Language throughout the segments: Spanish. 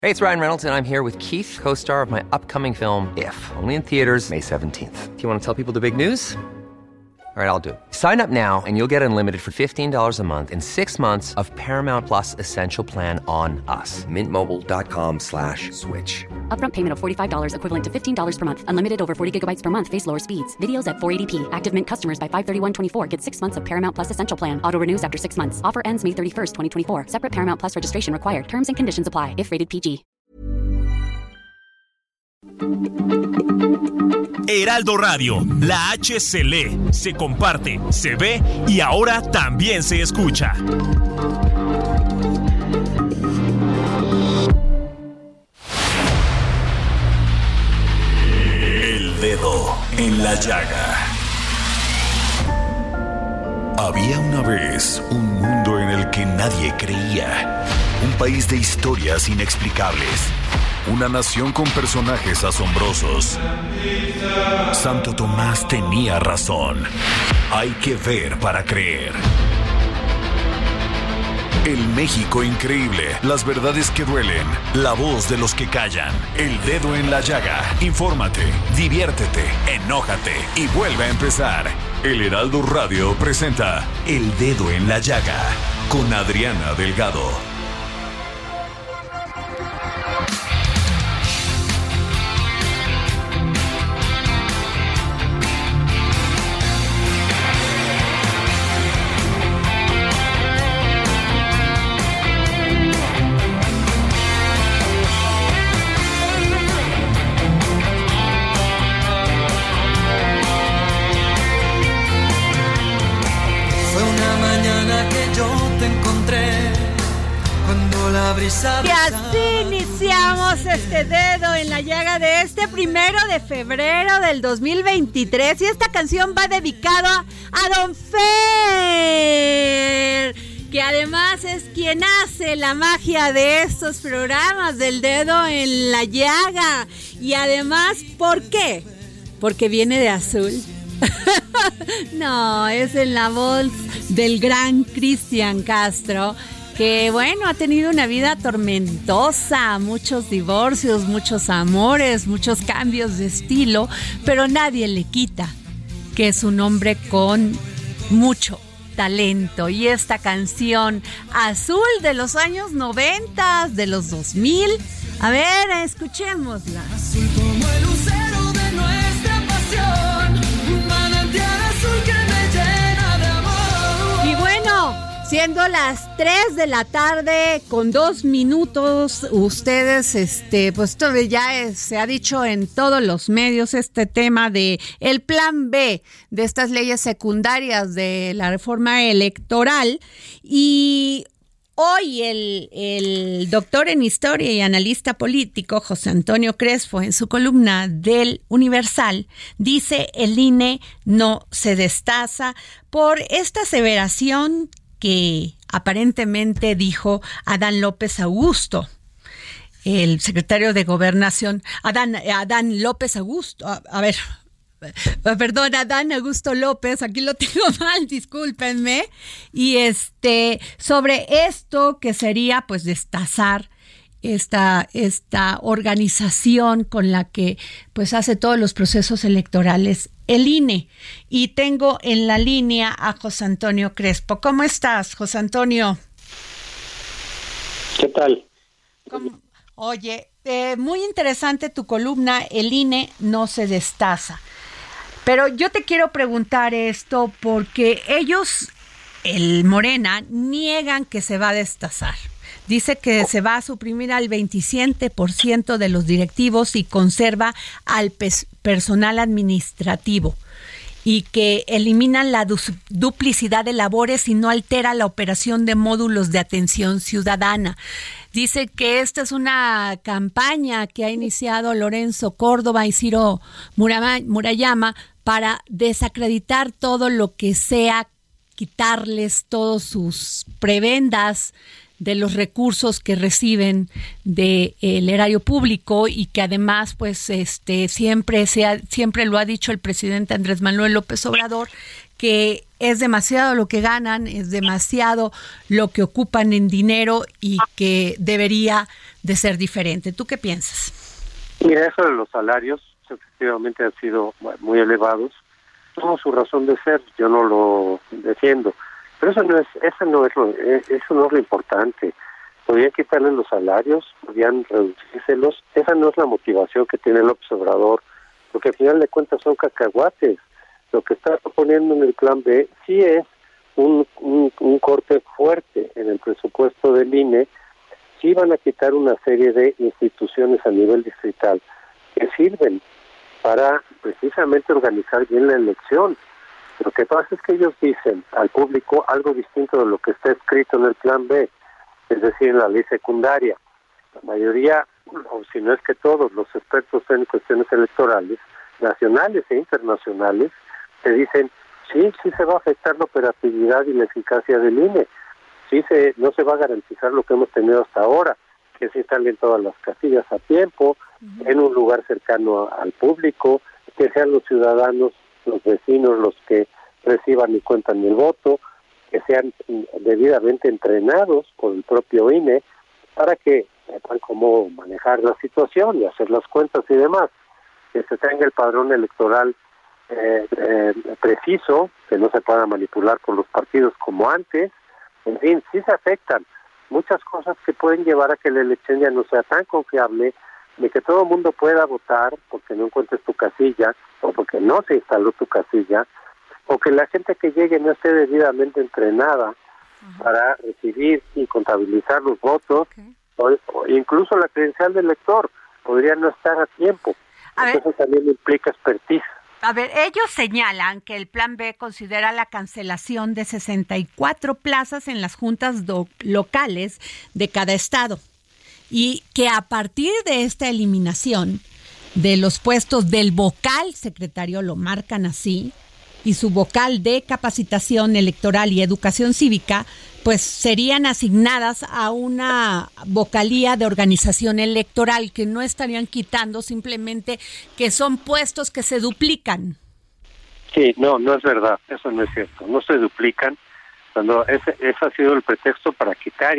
Hey, it's Ryan Reynolds, and I'm here with Keith, co-star of my upcoming film, If, only in theaters May 17th. Do you want to tell people the big news? All right, I'll do it. Sign up now and you'll get unlimited for $15 a month and 6 months of Paramount Plus Essential Plan on us. MintMobile.com/switch. Upfront payment of $45 equivalent to $15 per month. Unlimited over 40 gigabytes per month. Face lower speeds. Videos at 480p. Active Mint customers by 531.24 get 6 months of Paramount Plus Essential Plan. Auto renews after 6 months. Offer ends May 31st, 2024. Separate Paramount Plus registration required. Terms and conditions apply if rated PG. Heraldo Radio, la H se lee, se comparte, se ve y ahora también se escucha. El dedo en la llaga. Había una vez un mundo en el que nadie creía. Un país de historias inexplicables. Una nación con personajes asombrosos. Santo Tomás tenía razón. Hay que ver para creer. El México increíble. Las verdades que duelen. La voz de los que callan. El dedo en la llaga. Infórmate, diviértete, enójate y vuelve a empezar. El Heraldo Radio presenta El Dedo en la Llaga con Adriana Delgado. Y así iniciamos este dedo en la llaga de este 1 de febrero del 2023. Y esta canción va dedicada a Don Fer, que además es quien hace la magia de estos programas del dedo en la llaga. Y además, ¿por qué? Porque viene de azul. No, es en la voz del gran Cristian Castro, que bueno, ha tenido una vida tormentosa, muchos divorcios, muchos amores, muchos cambios de estilo, pero nadie le quita que es un hombre con mucho talento. Y esta canción Azul de los años 90, de los 2000, a ver, escuchémosla. Azul como el lucero de nuestra pasión, un manantial azul que me llena de amor. Y bueno, siendo las 3 de la tarde con 2 minutos, ustedes, pues todo ya se ha dicho en todos los medios este tema de el plan B de estas leyes secundarias de la reforma electoral. Y hoy el doctor en historia y analista político José Antonio Crespo, en su columna del Universal, dice el INE no se destaza por esta aseveración que aparentemente dijo Adán López Augusto, el secretario de Gobernación. Adán López Augusto, Adán Augusto López, aquí lo tengo mal, discúlpenme. Y sobre esto que sería pues destazar esta organización con la que pues hace todos los procesos electorales el INE. Y tengo en la línea a José Antonio Crespo. ¿Cómo estás, José Antonio? ¿Qué tal? Oye, muy interesante tu columna, el INE no se destaza. Pero yo te quiero preguntar esto porque ellos, el Morena, niegan que se va a destazar. Dice que se va a suprimir al 27% de los directivos y conserva al personal administrativo, y que eliminan la duplicidad de labores y no altera la operación de módulos de atención ciudadana. Dice que esta es una campaña que ha iniciado Lorenzo Córdoba y Ciro Murayama para desacreditar todo lo que sea, quitarles todos sus prebendas de los recursos que reciben del erario público, y que además pues siempre lo ha dicho el presidente Andrés Manuel López Obrador, que es demasiado lo que ganan, es demasiado lo que ocupan en dinero, y que debería de ser diferente. ¿Tú qué piensas? Mira, eso de los salarios efectivamente han sido muy elevados. Tuvo su razón de ser, yo no lo defiendo. Pero eso no es lo importante. Podrían quitarle los salarios, podrían reducírselos. Esa no es la motivación que tiene López Obrador, porque al final de cuentas son cacahuates. Lo que está proponiendo en el Plan B sí es un corte fuerte en el presupuesto del INE. Sí van a quitar una serie de instituciones a nivel distrital que sirven para precisamente organizar bien la elección. Lo que pasa es que ellos dicen al público algo distinto de lo que está escrito en el Plan B, es decir, en la ley secundaria. La mayoría, o si no es que todos los expertos en cuestiones electorales, nacionales e internacionales, te dicen, sí se va a afectar la operatividad y la eficacia del INE, no se va a garantizar lo que hemos tenido hasta ahora, que se instalen todas las casillas a tiempo, en un lugar cercano al público, que sean los ciudadanos, los vecinos los que reciban y cuentan el voto, que sean debidamente entrenados por el propio INE para que sepan cómo manejar la situación y hacer las cuentas y demás, que se tenga el padrón electoral preciso, que no se pueda manipular por los partidos como antes. En fin, sí se afectan muchas cosas que pueden llevar a que la elección ya no sea tan confiable, de que todo el mundo pueda votar porque no encuentres tu casilla o porque no se instaló tu casilla, o que la gente que llegue no esté debidamente entrenada para recibir y contabilizar los votos, o incluso la credencial del elector podría no estar a tiempo. Eso también implica expertise. A ver, ellos señalan que el Plan B considera la cancelación de 64 plazas en las juntas locales de cada estado y que a partir de esta eliminación de los puestos del vocal secretario, lo marcan así, y su vocal de capacitación electoral y educación cívica, pues serían asignadas a una vocalía de organización electoral, que no estarían quitando, simplemente que son puestos que se duplican. Sí, no es verdad, eso no es cierto, no se duplican. Cuando ese ha sido el pretexto para quitar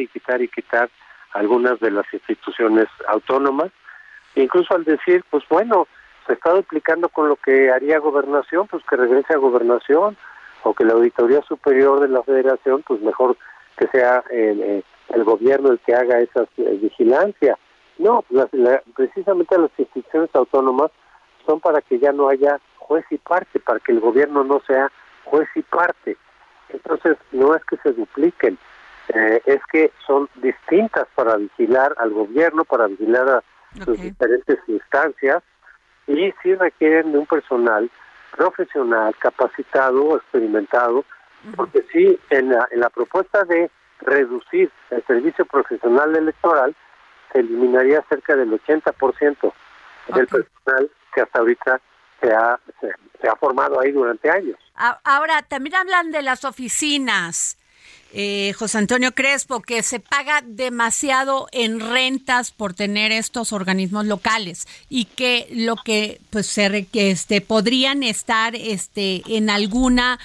algunas de las instituciones autónomas, e incluso al decir, pues bueno, se está duplicando con lo que haría Gobernación, pues que regrese a Gobernación, o que la Auditoría Superior de la Federación, pues mejor que sea el gobierno el que haga esa vigilancia. No, precisamente las instituciones autónomas son para que ya no haya juez y parte, para que el gobierno no sea juez y parte. Entonces, no es que se dupliquen, es que son distintas para vigilar al gobierno, para vigilar a sus diferentes instancias, y sí requieren de un personal profesional, capacitado, experimentado, porque sí, en la propuesta de reducir el servicio profesional electoral, se eliminaría cerca del 80% del personal que hasta ahorita se ha formado ahí durante años. Ahora, también hablan de las oficinas, José Antonio Crespo, que se paga demasiado en rentas por tener estos organismos locales y que lo que pues podrían estar en alguna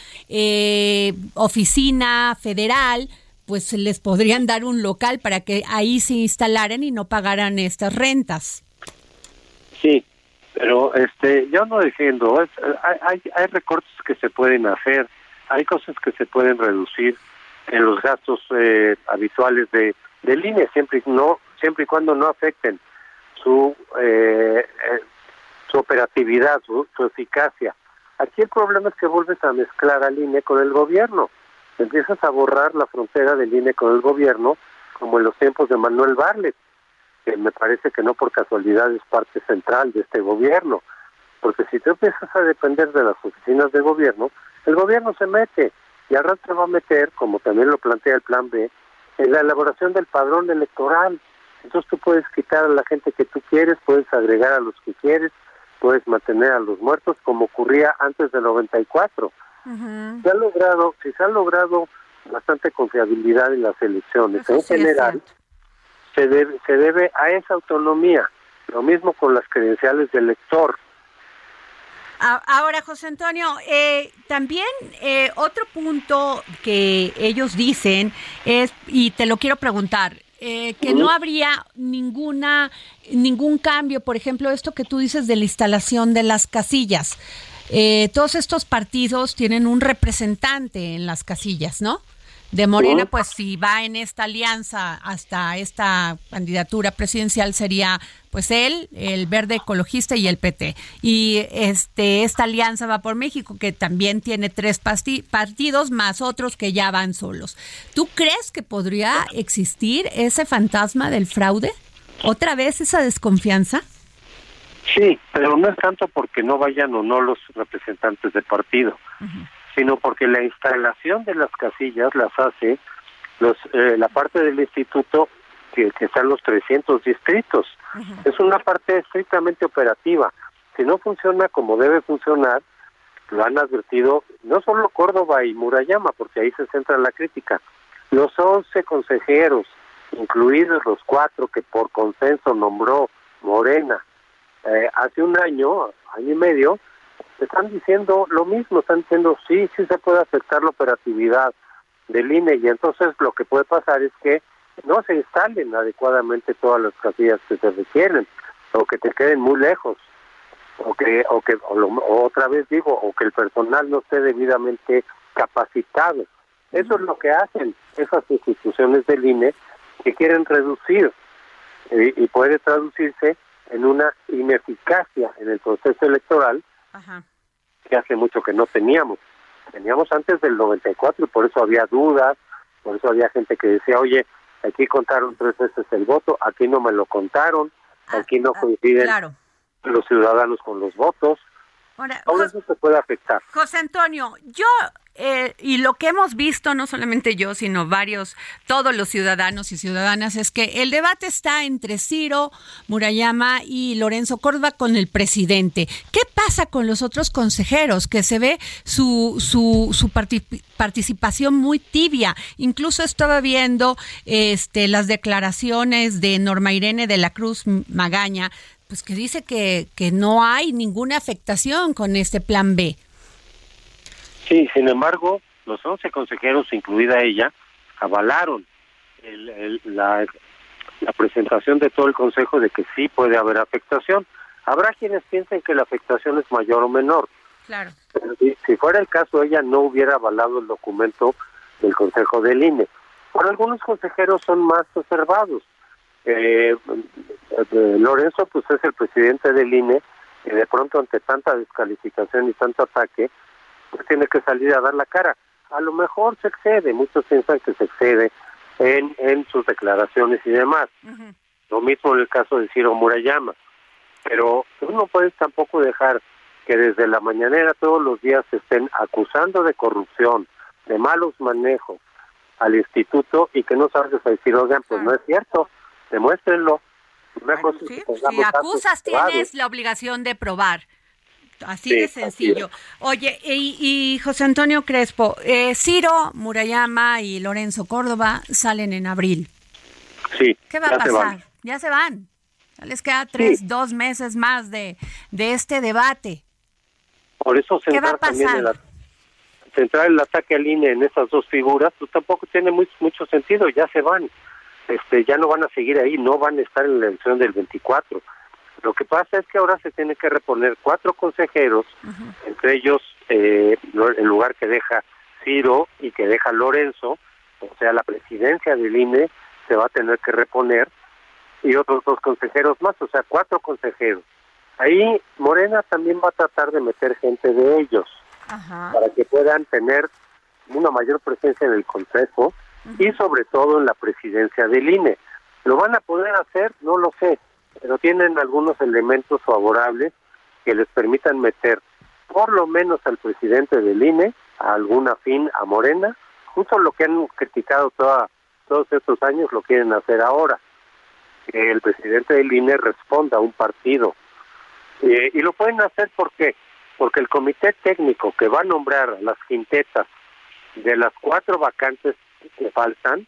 oficina federal, pues les podrían dar un local para que ahí se instalaran y no pagaran estas rentas. Sí, pero yo no defiendo, hay recortes que se pueden hacer, hay cosas que se pueden reducir en los gastos habituales del INE, siempre y cuando no afecten su operatividad, su eficacia. Aquí el problema es que vuelves a mezclar al INE con el gobierno, empiezas a borrar la frontera del INE con el gobierno, como en los tiempos de Manuel Bartlett, que me parece que no por casualidad es parte central de este gobierno, porque si tú empiezas a depender de las oficinas de gobierno, el gobierno se mete, y al rato se va a meter, como también lo plantea el Plan B, en la elaboración del padrón electoral. Entonces tú puedes quitar a la gente que tú quieres, puedes agregar a los que quieres, puedes mantener a los muertos, como ocurría antes del 94. Si se ha logrado bastante confiabilidad en las elecciones, eso en sí general, se debe a esa autonomía. Lo mismo con las credenciales del elector. Ahora, José Antonio, también otro punto que ellos dicen es, y te lo quiero preguntar, que no habría ningún cambio, por ejemplo, esto que tú dices de la instalación de las casillas. Todos estos partidos tienen un representante en las casillas, ¿no? De Morena, pues si va en esta alianza hasta esta candidatura presidencial sería pues él, el Verde Ecologista y el PT. Y esta alianza va por México, que también tiene 3 partidos más otros que ya van solos. ¿Tú crees que podría existir ese fantasma del fraude? ¿Otra vez esa desconfianza? Sí, pero no es tanto porque no vayan o no los representantes de partido, sino porque la instalación de las casillas las hace la parte del instituto que están los 300 distritos. Es una parte estrictamente operativa. Si no funciona como debe funcionar, lo han advertido no solo Córdoba y Murayama, porque ahí se centra la crítica, los 11 consejeros, incluidos los 4 que por consenso nombró Morena, hace un año y medio, están diciendo lo mismo, están diciendo sí se puede afectar la operatividad del INE, y entonces lo que puede pasar es que no se instalen adecuadamente todas las casillas que se requieren, o que te queden muy lejos, o otra vez digo, o que el personal no esté debidamente capacitado. Eso es lo que hacen esas instituciones del INE que quieren reducir, y puede traducirse en una ineficacia en el proceso electoral. Ajá. Que hace mucho que no teníamos antes del 94, y por eso había dudas, por eso había gente que decía, oye, aquí contaron 3 veces el voto, aquí no me lo contaron, aquí no coinciden los ciudadanos con los votos. Ahora, todo eso se puede afectar. José Antonio, yo y lo que hemos visto, no solamente yo, sino todos los ciudadanos y ciudadanas, es que el debate está entre Ciro Murayama y Lorenzo Córdoba con el presidente. ¿Qué pasa con los otros consejeros? Que se ve su participación muy tibia. Incluso estaba viendo las declaraciones de Norma Irene de la Cruz Magaña, pues que dice que no hay ninguna afectación con este plan B. Sí, sin embargo, los 11 consejeros, incluida ella, avalaron la presentación de todo el consejo de que sí puede haber afectación. Habrá quienes piensen que la afectación es mayor o menor. Claro. Pero si fuera el caso, ella no hubiera avalado el documento del consejo del INE. Por algunos consejeros son más reservados. Lorenzo pues es el presidente del INE, y de pronto ante tanta descalificación y tanto ataque pues tiene que salir a dar la cara. A lo mejor se excede, muchos piensan que se excede en sus declaraciones y demás. Lo mismo en el caso de Ciro Murayama, pero tú no puedes tampoco dejar que desde la mañanera todos los días se estén acusando de corrupción, de malos manejos al instituto, y que no salgas a decir, oigan, pues no es cierto, demuéstrenlo. Bueno, sí, si acusas tienes la obligación de probar. Así de sencillo. Oye, y José Antonio Crespo, Ciro Murayama y Lorenzo Córdoba salen en abril. Sí. ¿Qué va a pasar? Ya se van. Ya les queda 2 meses más de este debate. Por eso ¿qué va a pasar? Centrar el ataque al INE en esas 2 figuras, pues tampoco tiene mucho sentido. Ya se van. Ya no van a seguir ahí, no van a estar en la elección del 24. Lo que pasa es que ahora se tiene que reponer 4 consejeros, entre ellos el lugar que deja Ciro y que deja Lorenzo, o sea, la presidencia del INE se va a tener que reponer, y otros 2 consejeros más, o sea, 4 consejeros. Ahí Morena también va a tratar de meter gente de ellos, para que puedan tener una mayor presencia en el Consejo y sobre todo en la presidencia del INE. ¿Lo van a poder hacer? No lo sé, pero tienen algunos elementos favorables que les permitan meter por lo menos al presidente del INE, a algún afín a Morena. Justo lo que han criticado todos estos años lo quieren hacer ahora, que el presidente del INE responda a un partido. Y lo pueden hacer porque el comité técnico que va a nombrar a las quintetas de las 4 vacantes que faltan,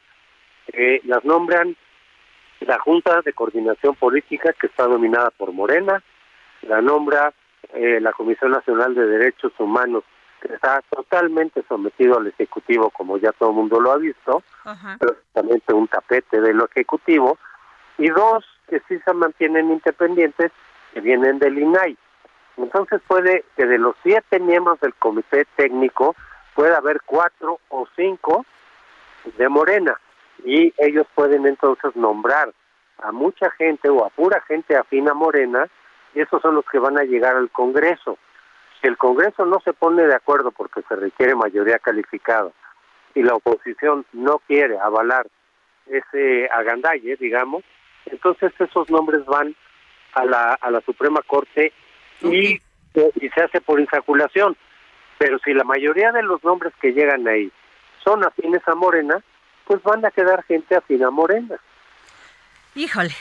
las nombran la Junta de Coordinación Política, que está dominada por Morena, la nombra la Comisión Nacional de Derechos Humanos, está totalmente sometido al Ejecutivo, como ya todo el mundo lo ha visto, prácticamente un tapete de lo Ejecutivo, y dos que sí se mantienen independientes, que vienen del INAI. Entonces puede que de los 7 miembros del comité técnico pueda haber 4 o 5 de Morena, y ellos pueden entonces nombrar a mucha gente o a pura gente afín a Morena, y esos son los que van a llegar al Congreso. Si el Congreso no se pone de acuerdo porque se requiere mayoría calificada y la oposición no quiere avalar ese agandalle, digamos, entonces esos nombres van a la Suprema Corte y se hace por insaculación. Pero si la mayoría de los nombres que llegan ahí son afines a Morena, pues van a quedar gente afín a Morena. Híjole,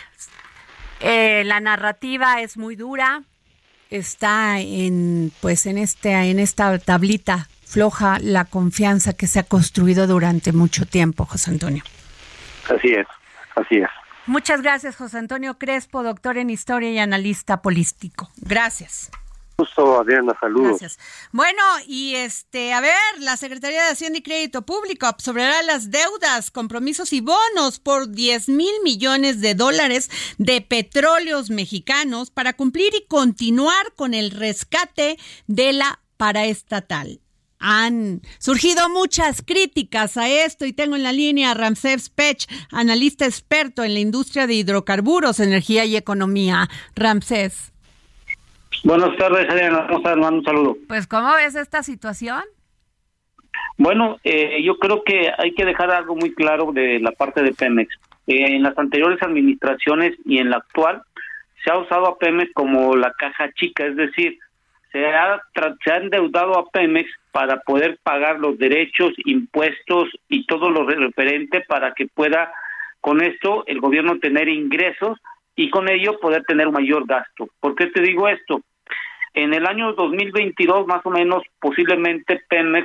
la narrativa es muy dura. Está en esta tablita floja la confianza que se ha construido durante mucho tiempo, José Antonio. Así es. Muchas gracias, José Antonio Crespo, doctor en Historia y analista político. Gracias. Justo, Adriana, saludos. Gracias. Bueno, y la Secretaría de Hacienda y Crédito Público absorberá las deudas, compromisos y bonos por $10,000 millones de petróleos mexicanos para cumplir y continuar con el rescate de la paraestatal. Han surgido muchas críticas a esto y tengo en la línea a Ramsés Pech, analista experto en la industria de hidrocarburos, energía y economía. Ramsés. Buenas tardes, Adriana. Vamos a dar un saludo. Pues, ¿cómo ves esta situación? Bueno, yo creo que hay que dejar algo muy claro de la parte de Pemex. En las anteriores administraciones y en la actual, se ha usado a Pemex como la caja chica, es decir, se ha endeudado a Pemex para poder pagar los derechos, impuestos y todo lo referente para que pueda, con esto, el gobierno tener ingresos y con ello poder tener un mayor gasto. ¿Por qué te digo esto? En el año 2022, más o menos, posiblemente Pemex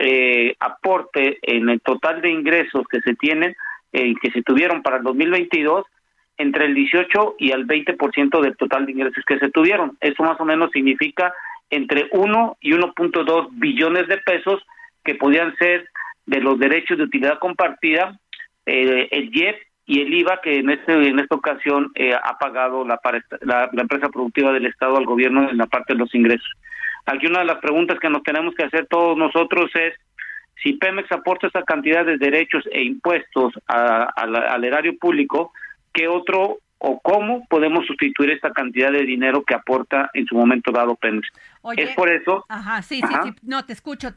aporte en el total de ingresos que se tienen, que se tuvieron para el 2022, entre el 18 y el 20% del total de ingresos que se tuvieron. Eso más o menos significa entre 1 y 1.2 billones de pesos que podían ser de los derechos de utilidad compartida, el IEP y el IVA que en esta ocasión ha pagado la empresa productiva del Estado al gobierno en la parte de los ingresos. Aquí una de las preguntas que nos tenemos que hacer todos nosotros es, si Pemex aporta esa cantidad de derechos e impuestos al erario público, ¿qué otro o cómo podemos sustituir esta cantidad de dinero que aporta en su momento dado Pemex? Oye, es por eso... Sí, no, te escucho.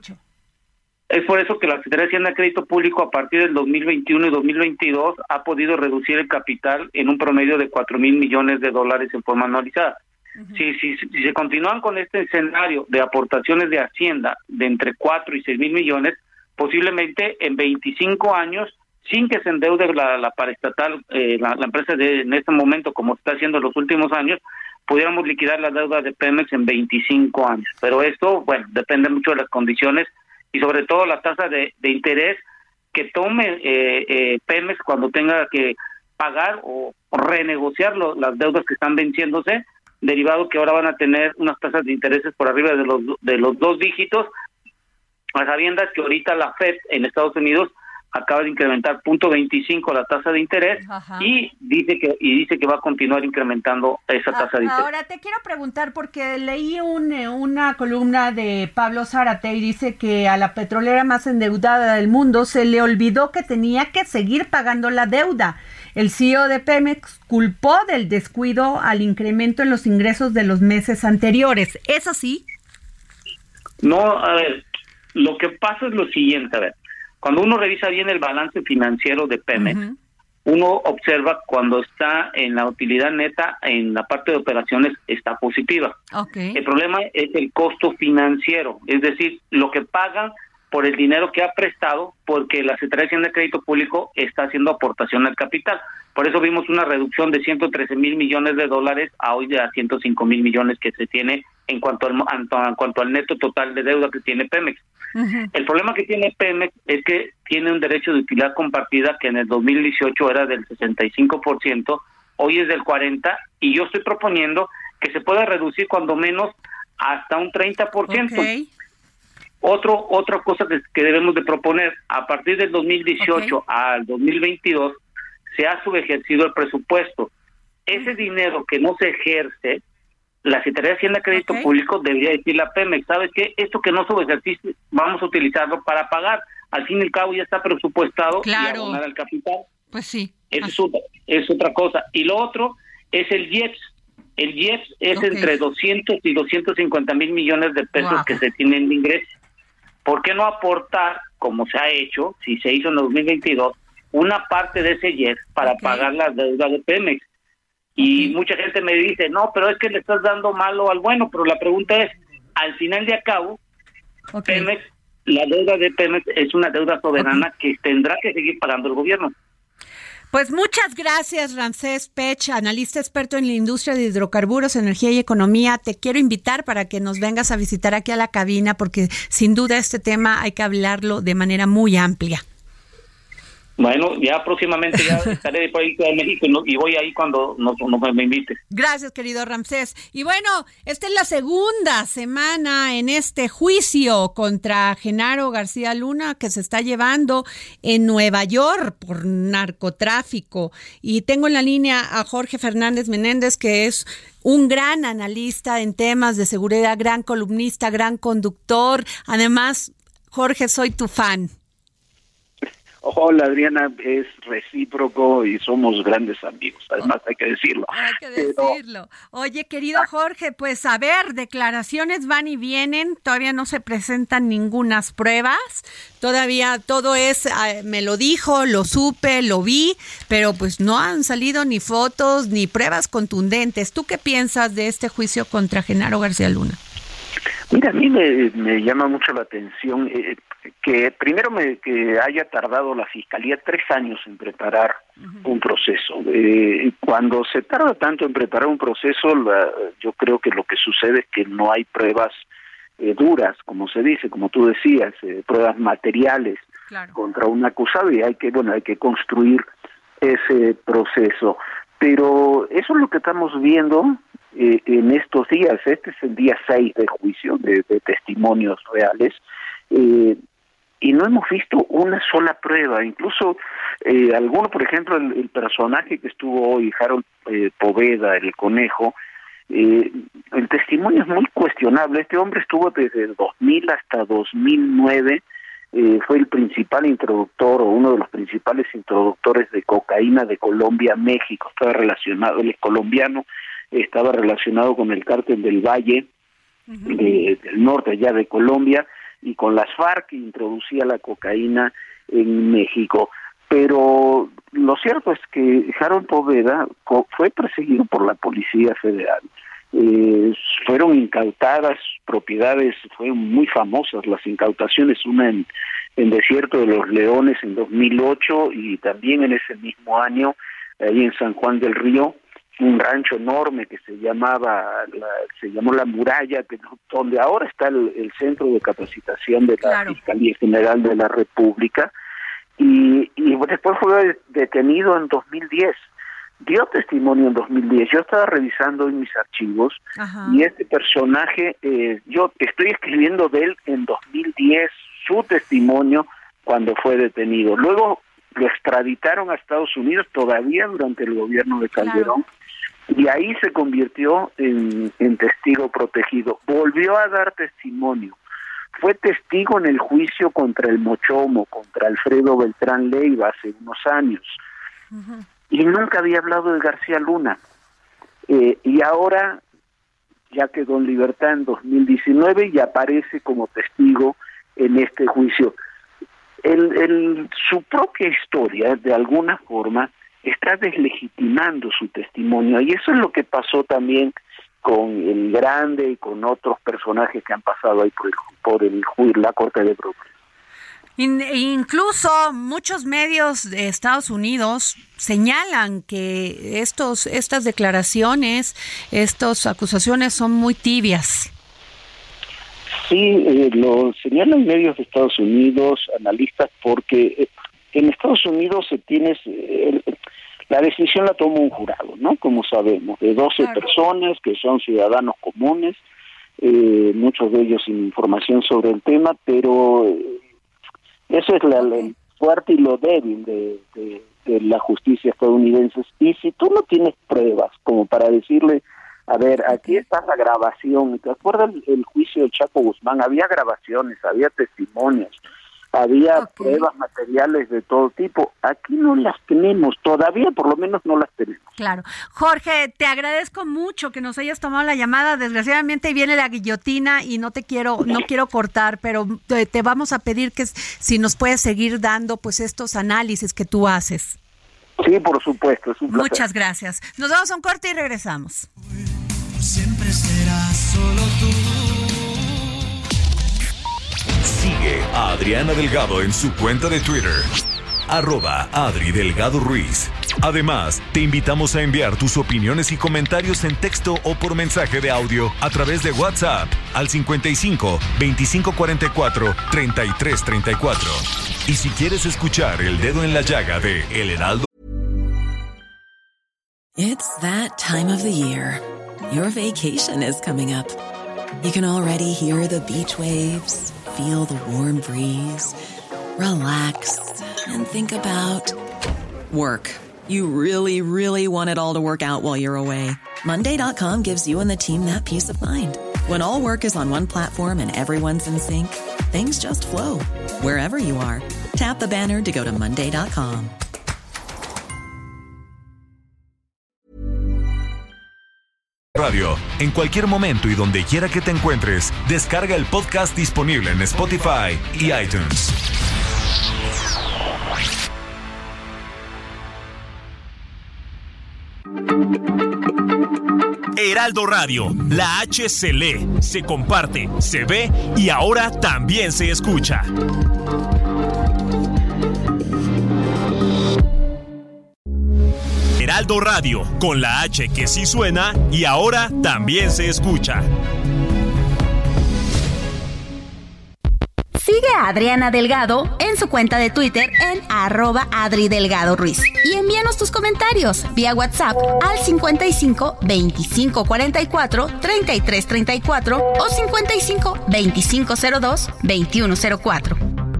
Es por eso que la Secretaría de Hacienda y Crédito Público a partir del 2021 y 2022 ha podido reducir el capital en un promedio de $4,000 millones en forma anualizada. Uh-huh. Si se continúan con este escenario de aportaciones de Hacienda de entre 4 y 6,000 millones, posiblemente en 25 años, sin que se endeude la paraestatal, la empresa en este momento, como está haciendo en los últimos años, pudiéramos liquidar la deuda de Pemex en 25 años. Pero esto, bueno, depende mucho de las condiciones y sobre todo la tasa de interés que tome Pemex cuando tenga que pagar o renegociar las deudas que están venciéndose, derivado que ahora van a tener unas tasas de intereses por arriba de los 2 dígitos, a sabiendas que ahorita la FED en Estados Unidos acaba de incrementar 0.25 la tasa de interés. Ajá. y dice que va a continuar incrementando esa tasa de interés. Ahora te quiero preguntar porque leí una columna de Pablo Zárate y dice que a la petrolera más endeudada del mundo se le olvidó que tenía que seguir pagando la deuda. El CEO de Pemex culpó del descuido al incremento en los ingresos de los meses anteriores. ¿Es así? No, a ver, lo que pasa es lo siguiente, a ver. Cuando uno revisa bien el balance financiero de Pemex, uh-huh, uno observa cuando está en la utilidad neta, en la parte de operaciones está positiva. Okay. El problema es el costo financiero, es decir, lo que pagan por el dinero que ha prestado, porque la Secretaría de Hacienda y Crédito Público está haciendo aportación al capital. Por eso vimos una reducción de $113,000 millones a hoy de a $105,000 millones que se tiene en cuanto al neto total de deuda que tiene Pemex. Uh-huh. El problema que tiene Pemex es que tiene un derecho de utilidad compartida que en el 2018 era del 65%, hoy es del 40%, y yo estoy proponiendo que se pueda reducir cuando menos hasta un 30%. Okay. Otra cosa que debemos de proponer, a partir del 2018 al 2022, se ha subejercido el presupuesto. Ese dinero que no se ejerce, la Secretaría de Hacienda y Crédito Público debería decirle a Pemex, ¿sabes qué? Esto que no subejerciste, vamos a utilizarlo para pagar. Al fin y al cabo ya está presupuestado y abonar al capital. Pues sí. Eso es otra cosa. Y lo otro es el IEPS. El IEPS es entre 200 y 250 mil millones de pesos que se tienen de ingresos. ¿Por qué no aportar, como se ha hecho, si se hizo en 2022, una parte de ese IEPS para pagar las deudas de Pemex? Y mucha gente me dice, no, pero es que le estás dando malo al bueno, pero la pregunta es, al final de cabo, Pemex, la deuda de Pemex es una deuda soberana que tendrá que seguir pagando el gobierno. Pues muchas gracias, Ramsés Pech, analista experto en la industria de hidrocarburos, energía y economía. Te quiero invitar para que nos vengas a visitar aquí a la cabina, porque sin duda este tema hay que hablarlo de manera muy amplia. Bueno, ya próximamente ya estaré por ahí en México y voy ahí cuando me invites. Gracias, querido Ramsés. Y bueno, esta es la segunda semana en este juicio contra Genaro García Luna que se está llevando en Nueva York por narcotráfico. Y tengo en la línea a Jorge Fernández Menéndez, que es un gran analista en temas de seguridad, gran columnista, gran conductor. Además, Jorge, soy tu fan. Hola, Adriana, es recíproco y somos grandes amigos, además hay que decirlo. Hay que decirlo. Oye, querido Jorge, pues a ver, declaraciones van y vienen, todavía no se presentan ningunas pruebas, todavía todo es, me lo dijo, lo supe, lo vi, pero pues no han salido ni fotos ni pruebas contundentes. ¿Tú qué piensas de este juicio contra Genaro García Luna? Mira, a mí me llama mucho la atención que primero que haya tardado la Fiscalía 3 años en preparar un proceso. Cuando se tarda tanto en preparar un proceso, yo creo que lo que sucede es que no hay pruebas duras, como se dice, como tú decías, pruebas materiales contra un acusado, y hay que construir ese proceso. Pero eso es lo que estamos viendo en estos días. Este es el día 6 de juicio, de testimonios reales, y no hemos visto una sola prueba. Incluso alguno, por ejemplo, el personaje que estuvo hoy, Harold Poveda, el conejo, el testimonio es muy cuestionable. Este hombre estuvo desde el 2000 hasta 2009, fue el principal introductor o uno de los principales introductores de cocaína de Colombia a México. Estaba relacionado, él es colombiano, estaba relacionado con el cártel del Valle, del norte allá de Colombia, y con las FARC, que introducía la cocaína en México. Pero lo cierto es que Harold Poveda fue perseguido por la Policía Federal. Fueron incautadas propiedades, fueron muy famosas las incautaciones, una en Desierto de los Leones en 2008, y también en ese mismo año, ahí en San Juan del Río, un rancho enorme que se llamó La Muralla, donde ahora está el centro de capacitación de la Fiscalía General de la República, y después fue detenido en 2010. Dio testimonio en 2010. Yo estaba revisando en mis archivos y este personaje, yo estoy escribiendo de él en 2010, su testimonio cuando fue detenido. Luego lo extraditaron a Estados Unidos todavía durante el gobierno de Calderón, y ahí se convirtió en testigo protegido. Volvió a dar testimonio. Fue testigo en el juicio contra el Mochomo, contra Alfredo Beltrán Leiva hace unos años. Y nunca había hablado de García Luna. Y ahora ya quedó en libertad en 2019 y aparece como testigo en este juicio. Su propia historia, de alguna forma, está deslegitimando su testimonio, y eso es lo que pasó también con el Grande y con otros personajes que han pasado ahí por la Corte de Brooklyn. Incluso muchos medios de Estados Unidos señalan que estas declaraciones, estas acusaciones son muy tibias. Sí, lo señalan medios de Estados Unidos, analistas, porque en Estados Unidos la decisión la toma un jurado, ¿no? Como sabemos, de 12 personas que son ciudadanos comunes, muchos de ellos sin información sobre el tema, pero eso es el fuerte y lo débil de la justicia estadounidense. Y si tú no tienes pruebas como para decirle, a ver, aquí está la grabación, ¿te acuerdas el juicio de Chapo Guzmán? Había grabaciones, había testimonios, había pruebas materiales de todo tipo. Aquí no las tenemos, todavía por lo menos no las tenemos. Claro. Jorge, te agradezco mucho que nos hayas tomado la llamada. Desgraciadamente viene la guillotina y no quiero cortar, pero te vamos a pedir que si nos puedes seguir dando pues estos análisis que tú haces. Sí, por supuesto, es un placer. Muchas gracias. Nos vamos a un corte y regresamos. Siempre serás solo tú. Sigue a Adriana Delgado en su cuenta de Twitter, @AdriDelgadoRuiz. Además, te invitamos a enviar tus opiniones y comentarios en texto o por mensaje de audio a través de WhatsApp al 55 2544 3334. Y si quieres escuchar El Dedo en la Llaga de El Heraldo. It's that time of the year. Your vacation is coming up. You can already hear the beach waves, feel the warm breeze, relax, and think about work. You really, really want it all to work out while you're away. Monday.com gives you and the team that peace of mind. When all work is on one platform and everyone's in sync, things just flow. Wherever you are, tap the banner to go to Monday.com. Radio, en cualquier momento y donde quiera que te encuentres, descarga el podcast disponible en Spotify y iTunes. Heraldo Radio, la H se lee, se comparte, se ve y ahora también se escucha. Heraldo Radio, con la H que sí suena y ahora también se escucha. Sigue a Adriana Delgado en su cuenta de Twitter en @AdriDelgadoRuiz y envíanos tus comentarios vía WhatsApp al 55 25 44 33 34 o 55 25 02 21 04.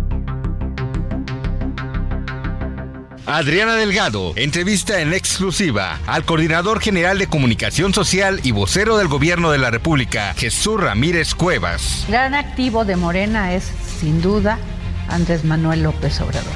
Adriana Delgado entrevista en exclusiva al coordinador general de comunicación social y vocero del gobierno de la República, Jesús Ramírez Cuevas. Gran activo de Morena es, sin duda, Andrés Manuel López Obrador.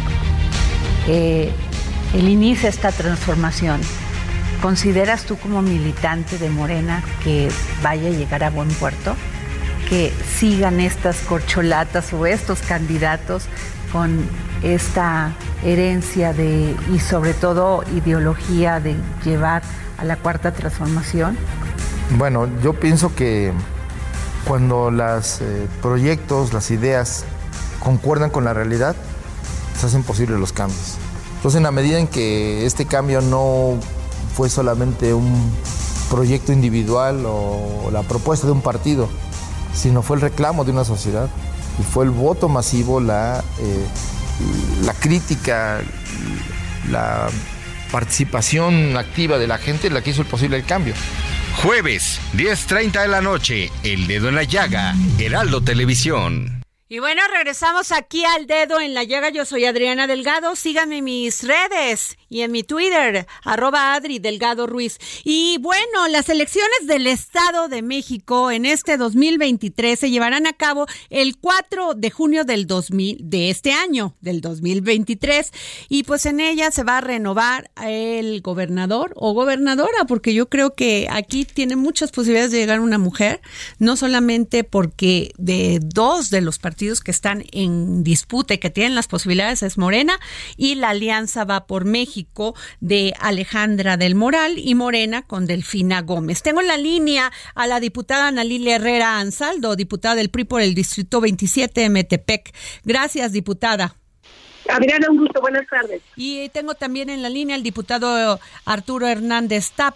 Él inicia esta transformación. ¿Consideras tú como militante de Morena que vaya a llegar a buen puerto? ¿Que sigan estas corcholatas o estos candidatos con esta herencia y sobre todo ideología de llevar a la cuarta transformación? Bueno, yo pienso que cuando los proyectos, las ideas concuerdan con la realidad, se hacen posibles los cambios. Entonces, en la medida en que este cambio no fue solamente un proyecto individual o la propuesta de un partido, sino fue el reclamo de una sociedad y fue el voto masivo, la crítica, la participación activa de la gente la que hizo posible el cambio. Jueves, 10:30 de la noche, El Dedo en la Llaga, Heraldo Televisión. Y bueno, regresamos aquí al Dedo en la Llaga. Yo soy Adriana Delgado. Síganme en mis redes y en mi Twitter, @AdriDelgadoRuiz. Y bueno, las elecciones del Estado de México en este 2023 se llevarán a cabo el 4 de junio de este año, del 2023. Y pues en ella se va a renovar el gobernador o gobernadora, porque yo creo que aquí tiene muchas posibilidades de llegar una mujer, no solamente porque de dos de los partidos que están en disputa y que tienen las posibilidades es Morena y la Alianza Va por México de Alejandra del Moral y Morena con Delfina Gómez. Tengo en la línea a la diputada Ana Lilia Herrera Ansaldo, diputada del PRI por el Distrito 27 de Metepec. Gracias, diputada. Adriana, un gusto, buenas tardes. Y tengo también en la línea al diputado Arturo Hernández Tapia.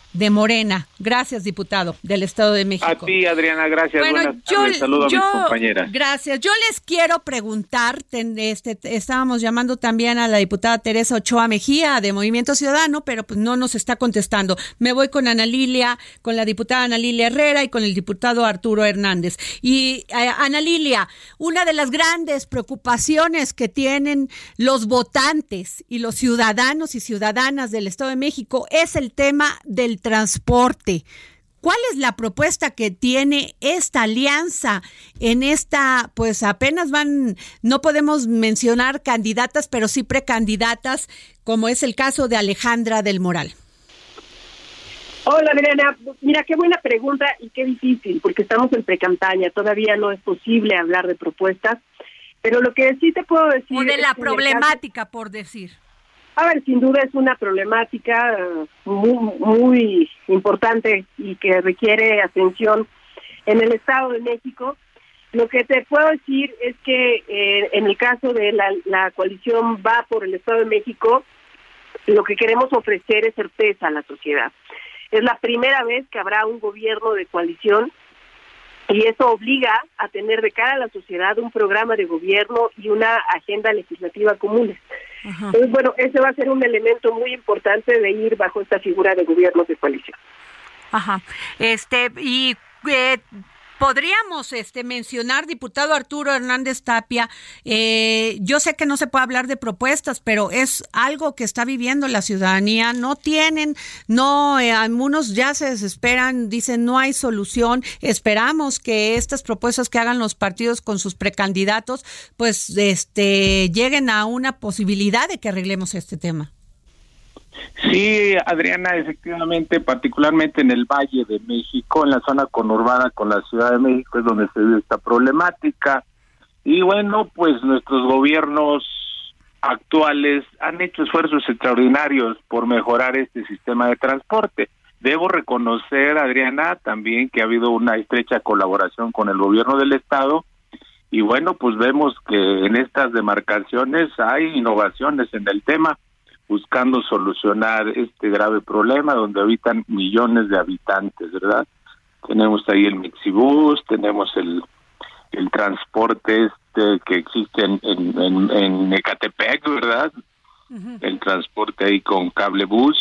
de Morena. Gracias, diputado del Estado de México. A ti, Adriana, gracias. Bueno, Buenas tardes. Saludos a mis compañeras. Gracias. Yo les quiero preguntar, estábamos llamando también a la diputada Teresa Ochoa Mejía de Movimiento Ciudadano, pero pues no nos está contestando. Me voy con Ana Lilia, con la diputada Ana Lilia Herrera y con el diputado Arturo Hernández. Y Ana Lilia, una de las grandes preocupaciones que tienen los votantes y los ciudadanos y ciudadanas del Estado de México es el tema del transporte. ¿Cuál es la propuesta que tiene esta alianza en esta, pues apenas no podemos mencionar candidatas, pero sí precandidatas, como es el caso de Alejandra del Moral? Hola, Adriana. Mira, qué buena pregunta y qué difícil, porque estamos en precampaña, todavía no es posible hablar de propuestas, pero lo que sí te puedo decir... O de la problemática, por decir. A ver, sin duda es una problemática muy importante y que requiere atención en el Estado de México. Lo que te puedo decir es que en el caso de la coalición Va por el Estado de México, lo que queremos ofrecer es certeza a la sociedad. Es la primera vez que habrá un gobierno de coalición y eso obliga a tener de cara a la sociedad un programa de gobierno y una agenda legislativa comunes. Entonces, bueno, ese va a ser un elemento muy importante de ir bajo esta figura de gobiernos de coalición. Ajá. Podríamos mencionar, diputado Arturo Hernández Tapia, yo sé que no se puede hablar de propuestas, pero es algo que está viviendo la ciudadanía. Algunos ya se desesperan, dicen no hay solución. Esperamos que estas propuestas que hagan los partidos con sus precandidatos, pues lleguen a una posibilidad de que arreglemos este tema. Sí, Adriana, efectivamente, particularmente en el Valle de México, en la zona conurbada con la Ciudad de México es donde se vive esta problemática. Y bueno, pues nuestros gobiernos actuales han hecho esfuerzos extraordinarios por mejorar este sistema de transporte. Debo reconocer, Adriana, también que ha habido una estrecha colaboración con el gobierno del Estado. Y bueno, pues vemos que en estas demarcaciones hay innovaciones en el tema, buscando solucionar este grave problema donde habitan millones de habitantes, ¿verdad? Tenemos ahí el Mexibus, tenemos el transporte que existe en Ecatepec, ¿verdad? Uh-huh. El transporte ahí con cablebús.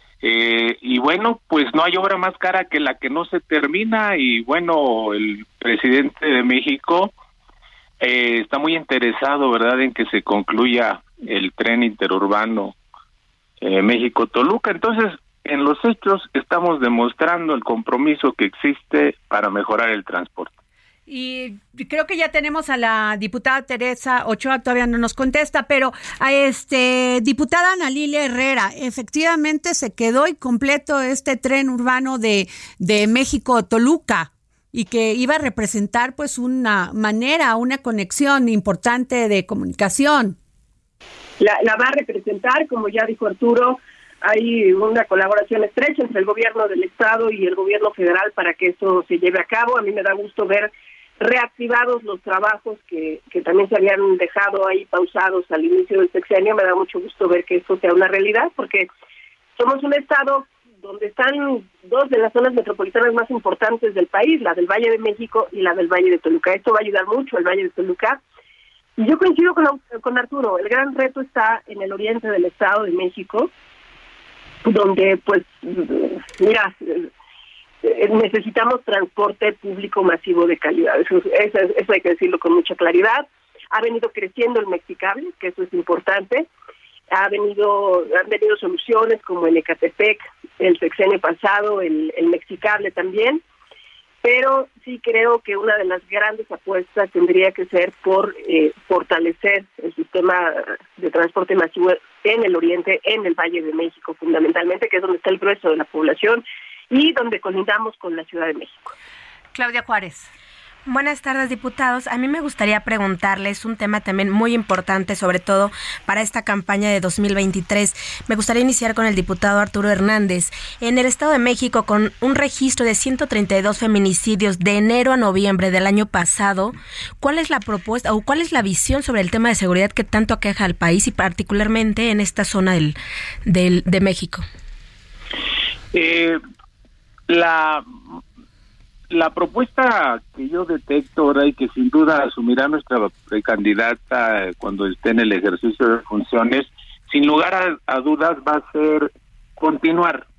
Y bueno, pues no hay obra más cara que la que no se termina y bueno, el presidente de México está muy interesado, ¿verdad?, en que se concluya el tren interurbano México-Toluca. Entonces, en los hechos estamos demostrando el compromiso que existe para mejorar el transporte. Y creo que ya tenemos a la diputada Teresa Ochoa, todavía no nos contesta, pero a diputada Ana Lilia Herrera, efectivamente se quedó incompleto este tren urbano de México-Toluca y que iba a representar pues una conexión importante de comunicación. La va a representar, como ya dijo Arturo, hay una colaboración estrecha entre el gobierno del Estado y el gobierno federal para que esto se lleve a cabo. A mí me da gusto ver reactivados los trabajos que también se habían dejado ahí pausados al inicio del sexenio. Me da mucho gusto ver que esto sea una realidad, porque somos un Estado donde están dos de las zonas metropolitanas más importantes del país, la del Valle de México y la del Valle de Toluca. Esto va a ayudar mucho al Valle de Toluca. Y yo coincido con Arturo, el gran reto está en el oriente del Estado de México, donde, pues, mira, necesitamos transporte público masivo de calidad. Eso hay que decirlo con mucha claridad. Ha venido creciendo el Mexicable, que eso es importante. Han venido soluciones como el Ecatepec, el sexenio pasado, el Mexicable también. Pero sí creo que una de las grandes apuestas tendría que ser por fortalecer el sistema de transporte masivo en el oriente, en el Valle de México fundamentalmente, que es donde está el grueso de la población y donde colindamos con la Ciudad de México. Claudia Juárez. Buenas tardes, diputados. A mí me gustaría preguntarles un tema también muy importante, sobre todo para esta campaña de 2023. Me gustaría iniciar con el diputado Arturo Hernández. En el Estado de México, con un registro de 132 feminicidios de enero a noviembre del año pasado, ¿cuál es la propuesta o cuál es la visión sobre el tema de seguridad que tanto aqueja al país y particularmente en esta zona de México? la propuesta que yo detecto ahora y que sin duda asumirá nuestra precandidata cuando esté en el ejercicio de funciones, sin lugar a dudas va a ser continuar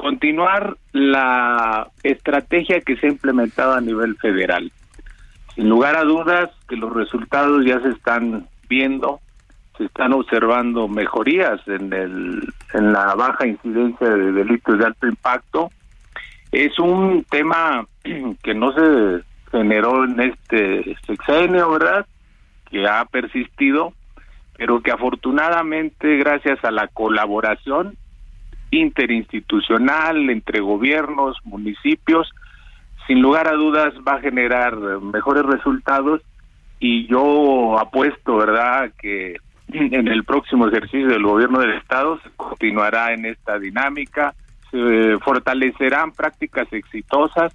la estrategia que se ha implementado a nivel federal. Sin lugar a dudas que los resultados ya se están viendo, se están observando mejorías en la baja incidencia de delitos de alto impacto. Es un tema que no se generó en este sexenio, ¿verdad?, que ha persistido, pero que afortunadamente, gracias a la colaboración interinstitucional entre gobiernos, municipios, sin lugar a dudas va a generar mejores resultados, y yo apuesto, ¿verdad?, que en el próximo ejercicio del gobierno del Estado se continuará en esta dinámica, se fortalecerán prácticas exitosas,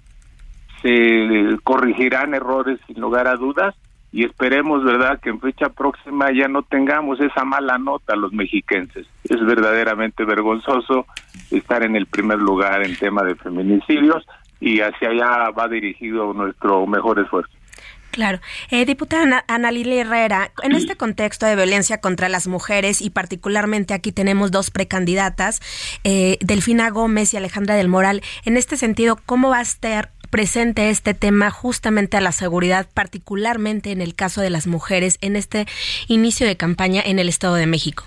se corregirán errores sin lugar a dudas, y esperemos, ¿verdad?, que en fecha próxima ya no tengamos esa mala nota los mexiquenses. Es verdaderamente vergonzoso estar en el primer lugar en tema de feminicidios, y hacia allá va dirigido nuestro mejor esfuerzo. Claro. Diputada Ana Lilia Herrera, en este contexto de violencia contra las mujeres, y particularmente aquí tenemos dos precandidatas, Delfina Gómez y Alejandra del Moral, en este sentido, ¿cómo va a estar presente este tema justamente a la seguridad, particularmente en el caso de las mujeres, en este inicio de campaña en el Estado de México?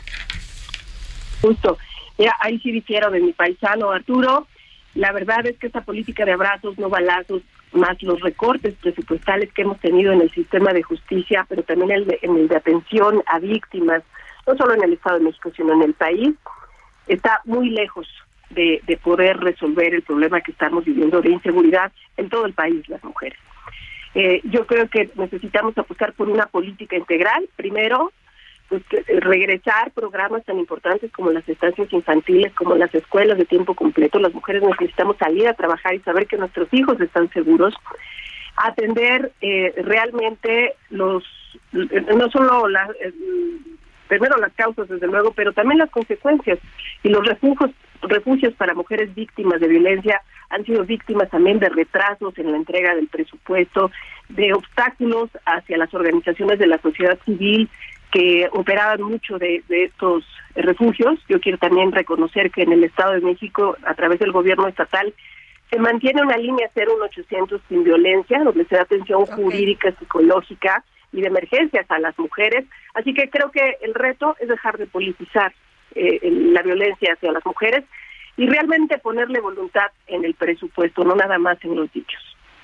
Justo. Mira, ahí sí difiero de mi paisano Arturo. La verdad es que esta política de abrazos, no balazos, más los recortes presupuestales que hemos tenido en el sistema de justicia, pero también en el de atención a víctimas, no solo en el Estado de México, sino en el país, está muy lejos de poder resolver el problema que estamos viviendo de inseguridad en todo el país, las mujeres. Yo creo que necesitamos apostar por una política integral. Primero, pues regresar programas tan importantes como las estancias infantiles, como las escuelas de tiempo completo. Las mujeres necesitamos salir a trabajar y saber que nuestros hijos están seguros. Atender realmente no solo primero las causas, desde luego, pero también las consecuencias. Y los refugios para mujeres víctimas de violencia han sido víctimas también de retrasos en la entrega del presupuesto, de obstáculos hacia las organizaciones de la sociedad civil que operaban mucho de estos refugios. Yo quiero también reconocer que en el Estado de México, a través del gobierno estatal, se mantiene una línea 01800 sin violencia, donde se da atención jurídica, psicológica y de emergencias a las mujeres. Así que creo que el reto es dejar de politizar la violencia hacia las mujeres y realmente ponerle voluntad en el presupuesto, no nada más en los dichos.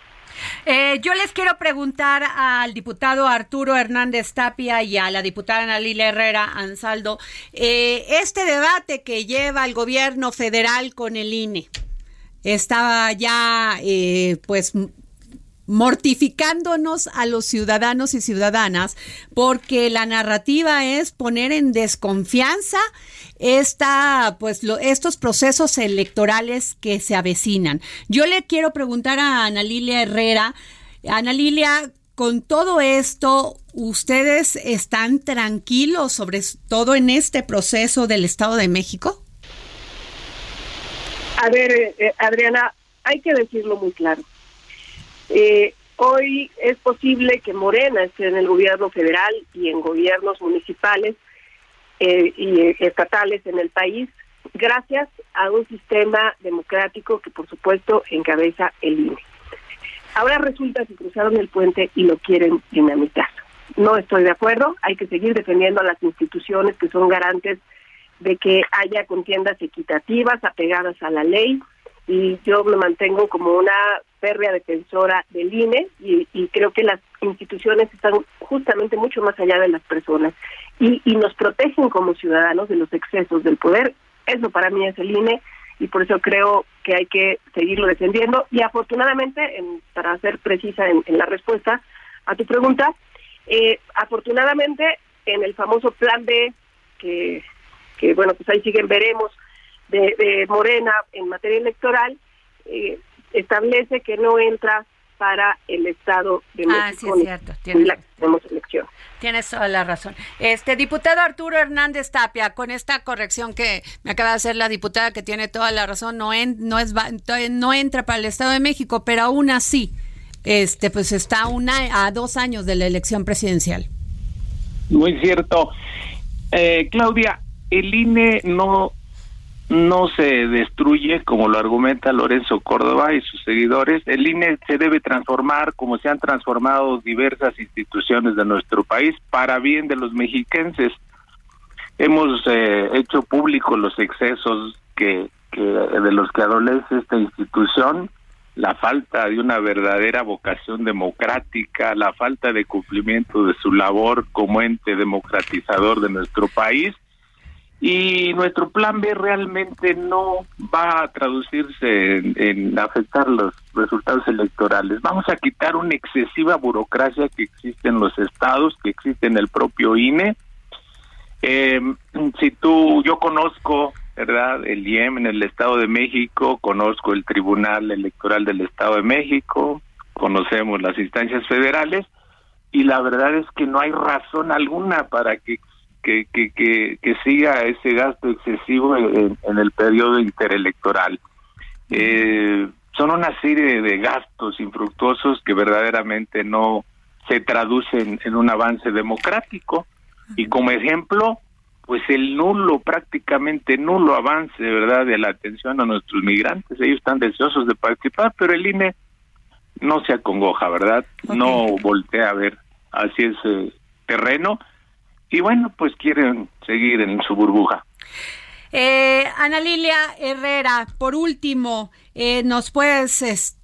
Yo les quiero preguntar al diputado Arturo Hernández Tapia y a la diputada Ana Lilia Herrera Ansaldo, este debate que lleva el gobierno federal con el INE estaba ya pues mortificándonos a los ciudadanos y ciudadanas, porque la narrativa es poner en desconfianza estos procesos electorales que se avecinan. Yo le quiero preguntar a Ana Lilia Herrera, Ana Lilia, con todo esto, ¿ustedes están tranquilos sobre todo en este proceso del Estado de México? A ver, Adriana, hay que decirlo muy claro. Hoy es posible que Morena esté en el gobierno federal y en gobiernos municipales y estatales en el país, gracias a un sistema democrático que, por supuesto, encabeza el INE. Ahora resulta que cruzaron el puente y lo quieren dinamitar. No estoy de acuerdo, hay que seguir defendiendo a las instituciones que son garantes de que haya contiendas equitativas, apegadas a la ley, y yo me mantengo como una férrea defensora del INE y creo que las instituciones están justamente mucho más allá de las personas y nos protegen como ciudadanos de los excesos del poder. Eso para mí es el INE y por eso creo que hay que seguirlo defendiendo. Y afortunadamente, para ser precisa en la respuesta a tu pregunta, afortunadamente en el famoso plan B, que bueno, pues ahí siguen, veremos, de Morena en materia electoral, establece que no entra para el Estado de México. Sí, es cierto. Tenemos elección. Tienes toda la razón. Diputado Arturo Hernández Tapia, con esta corrección que me acaba de hacer la diputada, que tiene toda la razón, no entra para el Estado de México, pero aún así, pues está a 2 años de la elección presidencial. Muy cierto. Claudia, el INE no se destruye, como lo argumenta Lorenzo Córdoba y sus seguidores. El INE se debe transformar como se han transformado diversas instituciones de nuestro país para bien de los mexiquenses. Hemos hecho públicos los excesos de los que adolece esta institución, la falta de una verdadera vocación democrática, la falta de cumplimiento de su labor como ente democratizador de nuestro país. Y nuestro plan B realmente no va a traducirse en afectar los resultados electorales. Vamos a quitar una excesiva burocracia que existe en los estados, que existe en el propio INE. Yo conozco, ¿verdad?, el IEM en el Estado de México, conozco el Tribunal Electoral del Estado de México, conocemos las instancias federales, y la verdad es que no hay razón alguna para que siga ese gasto excesivo en el periodo interelectoral. Son una serie de gastos infructuosos que verdaderamente no se traducen en un avance democrático. Y como ejemplo, pues el prácticamente nulo avance, ¿verdad?, de la atención a nuestros migrantes. Ellos están deseosos de participar, pero el INE no se acongoja, ¿verdad? Okay. No voltea a ver hacia ese terreno. Y bueno, pues quieren seguir en su burbuja. Ana Lilia Herrera, por último, ¿nos puedes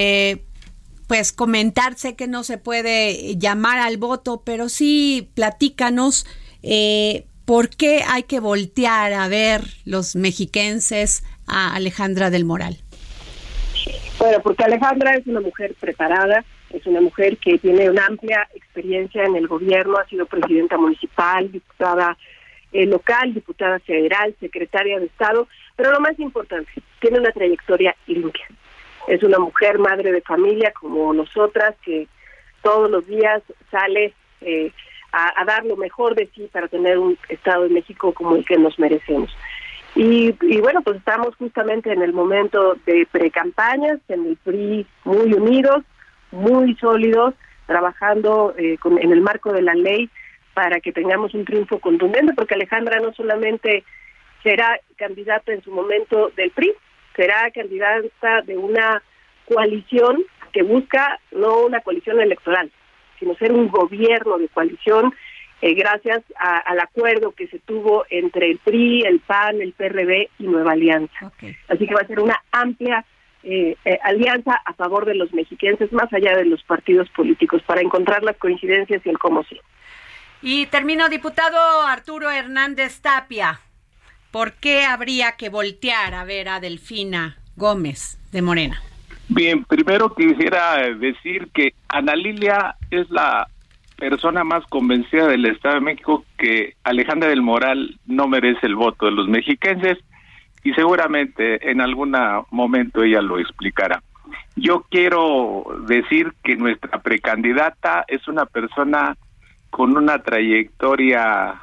pues comentar? Sé que no se puede llamar al voto, pero sí platícanos por qué hay que voltear a ver los mexiquenses a Alejandra del Moral. Bueno, porque Alejandra es una mujer preparada, es una mujer que tiene una amplia experiencia en el gobierno, ha sido presidenta municipal, diputada local, diputada federal, secretaria de Estado, pero lo más importante, tiene una trayectoria limpia. Es una mujer madre de familia como nosotras, que todos los días sale a dar lo mejor de sí para tener un Estado de México como el que nos merecemos. Y bueno, pues estamos justamente en el momento de precampañas, en el PRI muy unidos, muy sólidos, trabajando en el marco de la ley para que tengamos un triunfo contundente, porque Alejandra no solamente será candidata en su momento del PRI, será candidata de una coalición que busca no una coalición electoral, sino ser un gobierno de coalición gracias al acuerdo que se tuvo entre el PRI, el PAN, el PRD y Nueva Alianza. Okay. Así que va a ser una amplia alianza a favor de los mexiquenses, más allá de los partidos políticos, para encontrar las coincidencias y el cómo sí. Y termino, diputado Arturo Hernández Tapia, ¿por qué habría que voltear a ver a Delfina Gómez de Morena? Bien, primero quisiera decir que Ana Lilia es la persona más convencida del Estado de México que Alejandra del Moral no merece el voto de los mexiquenses, y seguramente en algún momento ella lo explicará. Yo quiero decir que nuestra precandidata es una persona con una trayectoria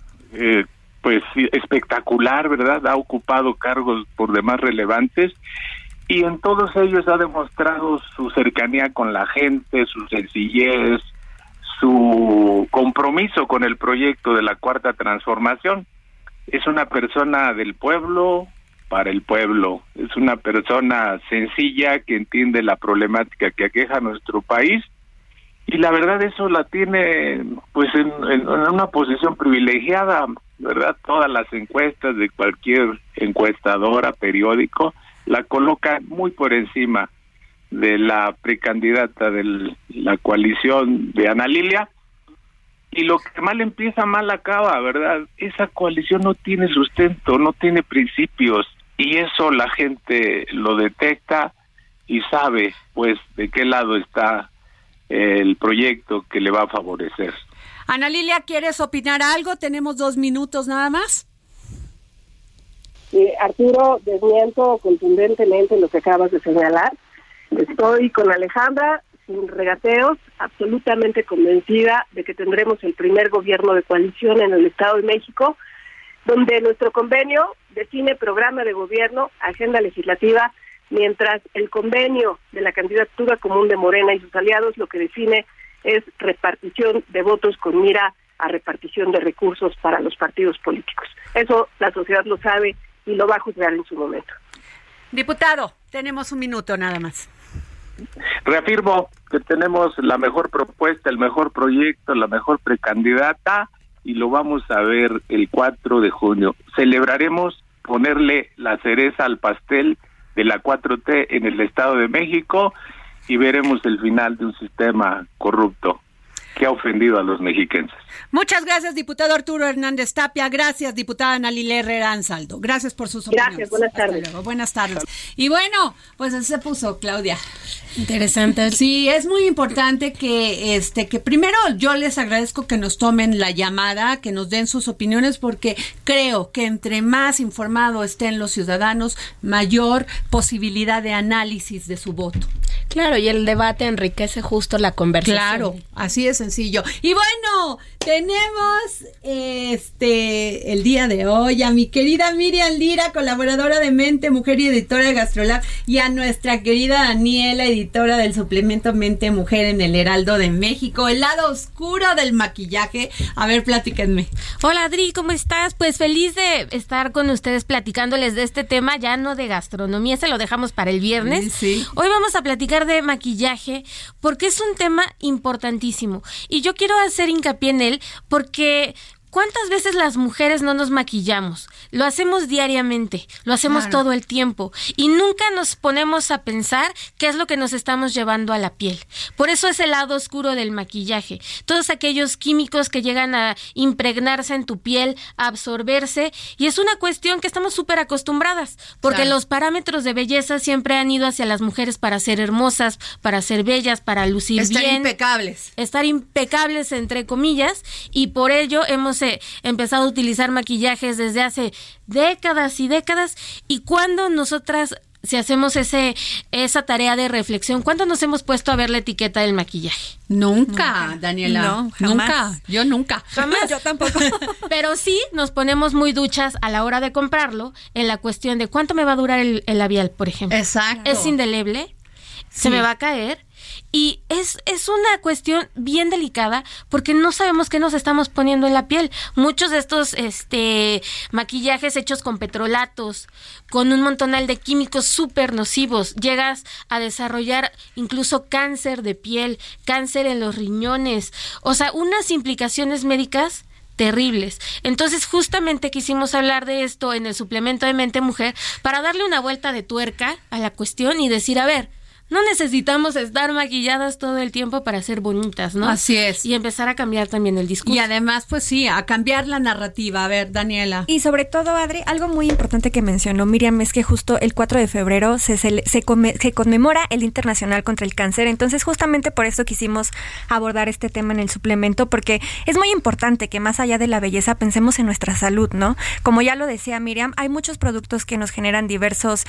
pues espectacular, ¿verdad? Ha ocupado cargos por demás relevantes, y en todos ellos ha demostrado su cercanía con la gente, su sencillez, su compromiso con el proyecto de la Cuarta Transformación. Es una persona del pueblo, para el pueblo. Es una persona sencilla que entiende la problemática que aqueja a nuestro país, y la verdad eso la tiene pues en una posición privilegiada, ¿verdad? Todas las encuestas de cualquier encuestadora, periódico, la colocan muy por encima de la precandidata de la coalición de Ana Lilia. Y lo que mal empieza, mal acaba, ¿verdad? Esa coalición no tiene sustento, no tiene principios, y eso la gente lo detecta y sabe, pues, de qué lado está el proyecto que le va a favorecer. Ana Lilia, ¿quieres opinar algo? Tenemos 2 minutos nada más. Arturo, desmiento contundentemente lo que acabas de señalar. Estoy con Alejandra, sin regateos, absolutamente convencida de que tendremos el primer gobierno de coalición en el Estado de México, donde nuestro convenio define programa de gobierno, agenda legislativa, mientras el convenio de la candidatura común de Morena y sus aliados lo que define es repartición de votos con mira a repartición de recursos para los partidos políticos. Eso la sociedad lo sabe y lo va a juzgar en su momento. Diputado, tenemos un minuto nada más. Reafirmo que tenemos la mejor propuesta, el mejor proyecto, la mejor precandidata y lo vamos a ver el 4 de junio. Celebraremos ponerle la cereza al pastel de la 4T en el Estado de México y veremos el final de un sistema corrupto que ha ofendido a los mexiquenses. Muchas gracias, diputado Arturo Hernández Tapia. Gracias, diputada Analile Herrera Ansaldo. Gracias por sus opiniones. Gracias, buenas tardes. Hasta luego. Buenas tardes. Y bueno, pues así se puso, Claudia. Interesante. Sí, es muy importante que primero yo les agradezco que nos tomen la llamada, que nos den sus opiniones, porque creo que entre más informados estén los ciudadanos, mayor posibilidad de análisis de su voto. Claro, y el debate enriquece justo la conversación. Claro, así de sencillo. Y bueno, tenemos el día de hoy a mi querida Miriam Lira, colaboradora de Mente Mujer y editora de GastroLab, y a nuestra querida Daniela, editora del suplemento Mente Mujer en el Heraldo de México, el lado oscuro del maquillaje. A ver, platíquenme. Hola Adri, ¿cómo estás? Pues feliz de estar con ustedes platicándoles de este tema, ya no de gastronomía, se lo dejamos para el viernes. Sí. Hoy vamos a platicar de maquillaje porque es un tema importantísimo y yo quiero hacer hincapié en él porque ¿cuántas veces las mujeres no nos maquillamos? Lo hacemos diariamente, lo hacemos todo el tiempo y nunca nos ponemos a pensar qué es lo que nos estamos llevando a la piel. Por eso es el lado oscuro del maquillaje. Todos aquellos químicos que llegan a impregnarse en tu piel, a absorberse, y es una cuestión que estamos súper acostumbradas, porque los parámetros de belleza siempre han ido hacia las mujeres para ser hermosas, para ser bellas, para lucir bien. Estar impecables, entre comillas, y por ello hemos empezado a utilizar maquillajes desde hace décadas y décadas, y cuando nosotras, si hacemos esa tarea de reflexión, ¿cuándo nos hemos puesto a ver la etiqueta del maquillaje? Nunca, Daniela. No, jamás. Nunca. Yo nunca. Jamás. Yo tampoco. Pero sí nos ponemos muy duchas a la hora de comprarlo en la cuestión de cuánto me va a durar el labial, por ejemplo. Exacto. Es indeleble, se me va a caer. Y es una cuestión bien delicada porque no sabemos qué nos estamos poniendo en la piel. Muchos de estos maquillajes hechos con petrolatos, con un montonal de químicos súper nocivos, llegas a desarrollar incluso cáncer de piel, cáncer en los riñones, o sea, unas implicaciones médicas terribles. Entonces, justamente quisimos hablar de esto en el suplemento de Mente Mujer para darle una vuelta de tuerca a la cuestión y decir, a ver, no necesitamos estar maquilladas todo el tiempo para ser bonitas, ¿no? Así es. Y empezar a cambiar también el discurso. Y además, pues sí, a cambiar la narrativa. A ver, Daniela. Y sobre todo, Adri, algo muy importante que mencionó Miriam es que justo el 4 de febrero se conmemora el Internacional contra el Cáncer. Entonces, justamente por eso quisimos abordar este tema en el suplemento, porque es muy importante que más allá de la belleza pensemos en nuestra salud, ¿no? Como ya lo decía Miriam, hay muchos productos que nos generan diversos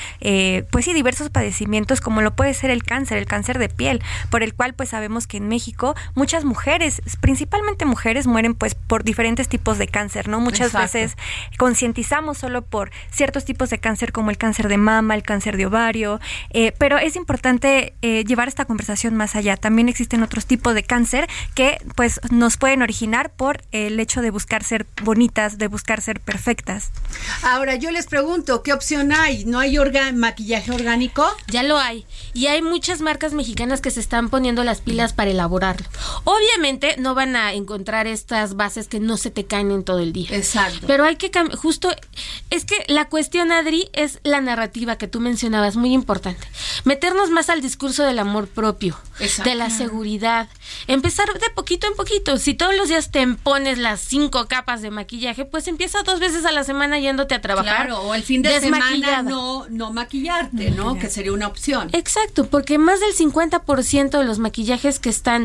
padecimientos, como lo puede ser el cáncer de piel, por el cual pues sabemos que en México muchas mujeres, principalmente mujeres, mueren pues por diferentes tipos de cáncer, ¿no? Muchas veces concientizamos solo por ciertos tipos de cáncer como el cáncer de mama, el cáncer de ovario, pero es importante llevar esta conversación más allá. También existen otros tipos de cáncer que pues nos pueden originar por el hecho de buscar ser bonitas, de buscar ser perfectas. Ahora yo les pregunto, ¿qué opción hay? ¿No hay maquillaje orgánico? Ya lo hay. Y hay muchas marcas mexicanas que se están poniendo las pilas para elaborarlo. Obviamente no van a encontrar estas bases que no se te caen en todo el día. Exacto. Pero hay que justo, es que la cuestión, Adri, es la narrativa que tú mencionabas, muy importante. Meternos más al discurso del amor propio, de la seguridad. Empezar de poquito en poquito. Si todos los días te pones las 5 capas de maquillaje, pues empieza 2 veces a la semana yéndote a trabajar. Claro, o el fin de semana no maquillarte, ¿no? Que sería una opción. Exacto, porque más del 50% de los maquillajes que están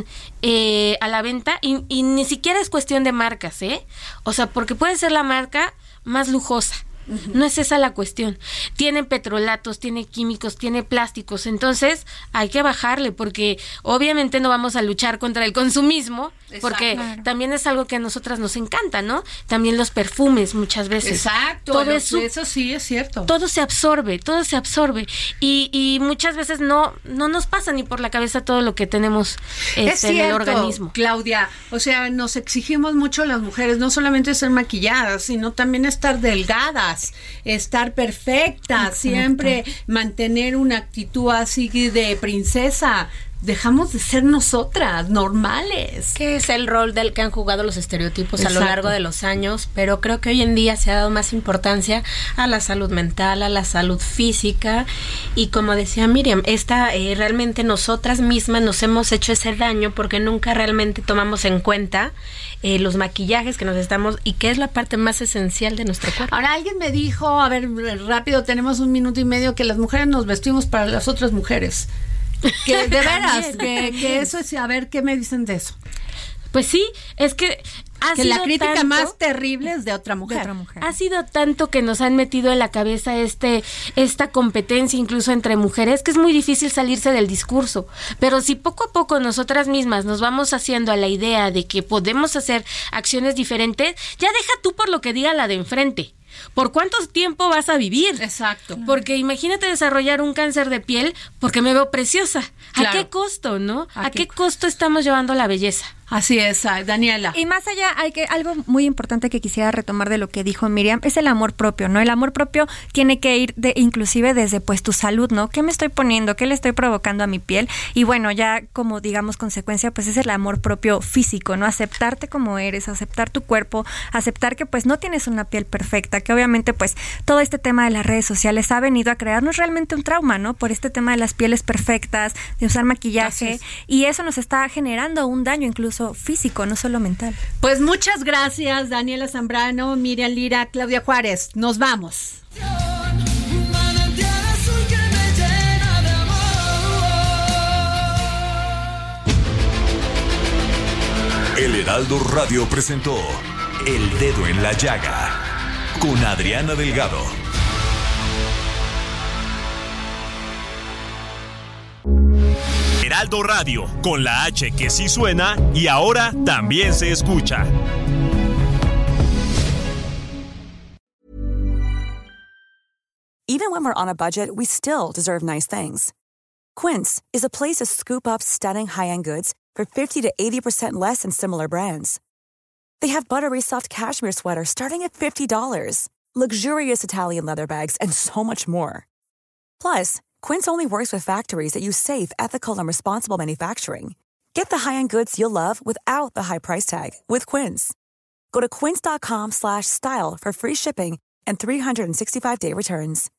a la venta, y ni siquiera es cuestión de marcas, o sea, porque puede ser la marca más lujosa, No es esa la cuestión. Tiene petrolatos, tiene químicos, tiene plásticos. Entonces hay que bajarle porque obviamente no vamos a luchar contra el consumismo. Exacto. Porque también es algo que a nosotras nos encanta, ¿no? También los perfumes muchas veces. Exacto. Todo eso sí es cierto. Todo se absorbe. Y muchas veces no nos pasa ni por la cabeza todo lo que tenemos es cierto, en el organismo. Claudia, o sea, nos exigimos mucho las mujeres, no solamente ser maquilladas, sino también estar delgadas, estar perfectas, siempre mantener una actitud así de princesa. Dejamos de ser nosotras, normales. Que es el rol del que han jugado los estereotipos a lo largo de los años, pero creo que hoy en día se ha dado más importancia a la salud mental, a la salud física, y como decía Miriam, realmente nosotras mismas nos hemos hecho ese daño porque nunca realmente tomamos en cuenta los maquillajes que nos estamos, y que es la parte más esencial de nuestro cuerpo. Ahora alguien me dijo, a ver, rápido, tenemos 1 minuto y medio, que las mujeres nos vestimos para las otras mujeres. Que de veras, que eso es, a ver, ¿qué me dicen de eso? Pues sí, es que la crítica más terrible es de otra mujer. Ha sido tanto que nos han metido en la cabeza esta competencia incluso entre mujeres, que es muy difícil salirse del discurso. Pero si poco a poco nosotras mismas nos vamos haciendo a la idea de que podemos hacer acciones diferentes, ya deja tú por lo que diga la de enfrente. ¿Por cuánto tiempo vas a vivir? Exacto. Porque imagínate desarrollar un cáncer de piel porque me veo preciosa. Claro. ¿A qué costo, no? ¿A qué costo estamos llevando la belleza? Así es, Daniela. Y más allá, algo muy importante que quisiera retomar de lo que dijo Miriam es el amor propio, ¿no? El amor propio tiene que ir inclusive desde pues tu salud, ¿no? ¿Qué me estoy poniendo? ¿Qué le estoy provocando a mi piel? Y bueno, ya como digamos consecuencia, pues es el amor propio físico, ¿no? Aceptarte como eres, aceptar tu cuerpo, aceptar que pues no tienes una piel perfecta, que obviamente pues todo este tema de las redes sociales ha venido a crearnos realmente un trauma, ¿no? Por este tema de las pieles perfectas, de usar maquillaje, y eso nos está generando un daño incluso físico, no solo mental. Pues muchas gracias, Daniela Zambrano, Miriam Lira, Claudia Juárez. Nos vamos. El Heraldo Radio presentó El Dedo en la Llaga con Adriana Delgado. Heraldo Radio, con la H que sí suena y ahora también se escucha. Even when we're on a budget, we still deserve nice things. Quince is a place to scoop up stunning high-end goods for 50 to 80% less than similar brands. They have buttery soft cashmere sweaters starting at $50, luxurious Italian leather bags, and so much more. Plus, Quince only works with factories that use safe, ethical, and responsible manufacturing. Get the high-end goods you'll love without the high price tag with Quince. Go to quince.com/style for free shipping and 365-day returns.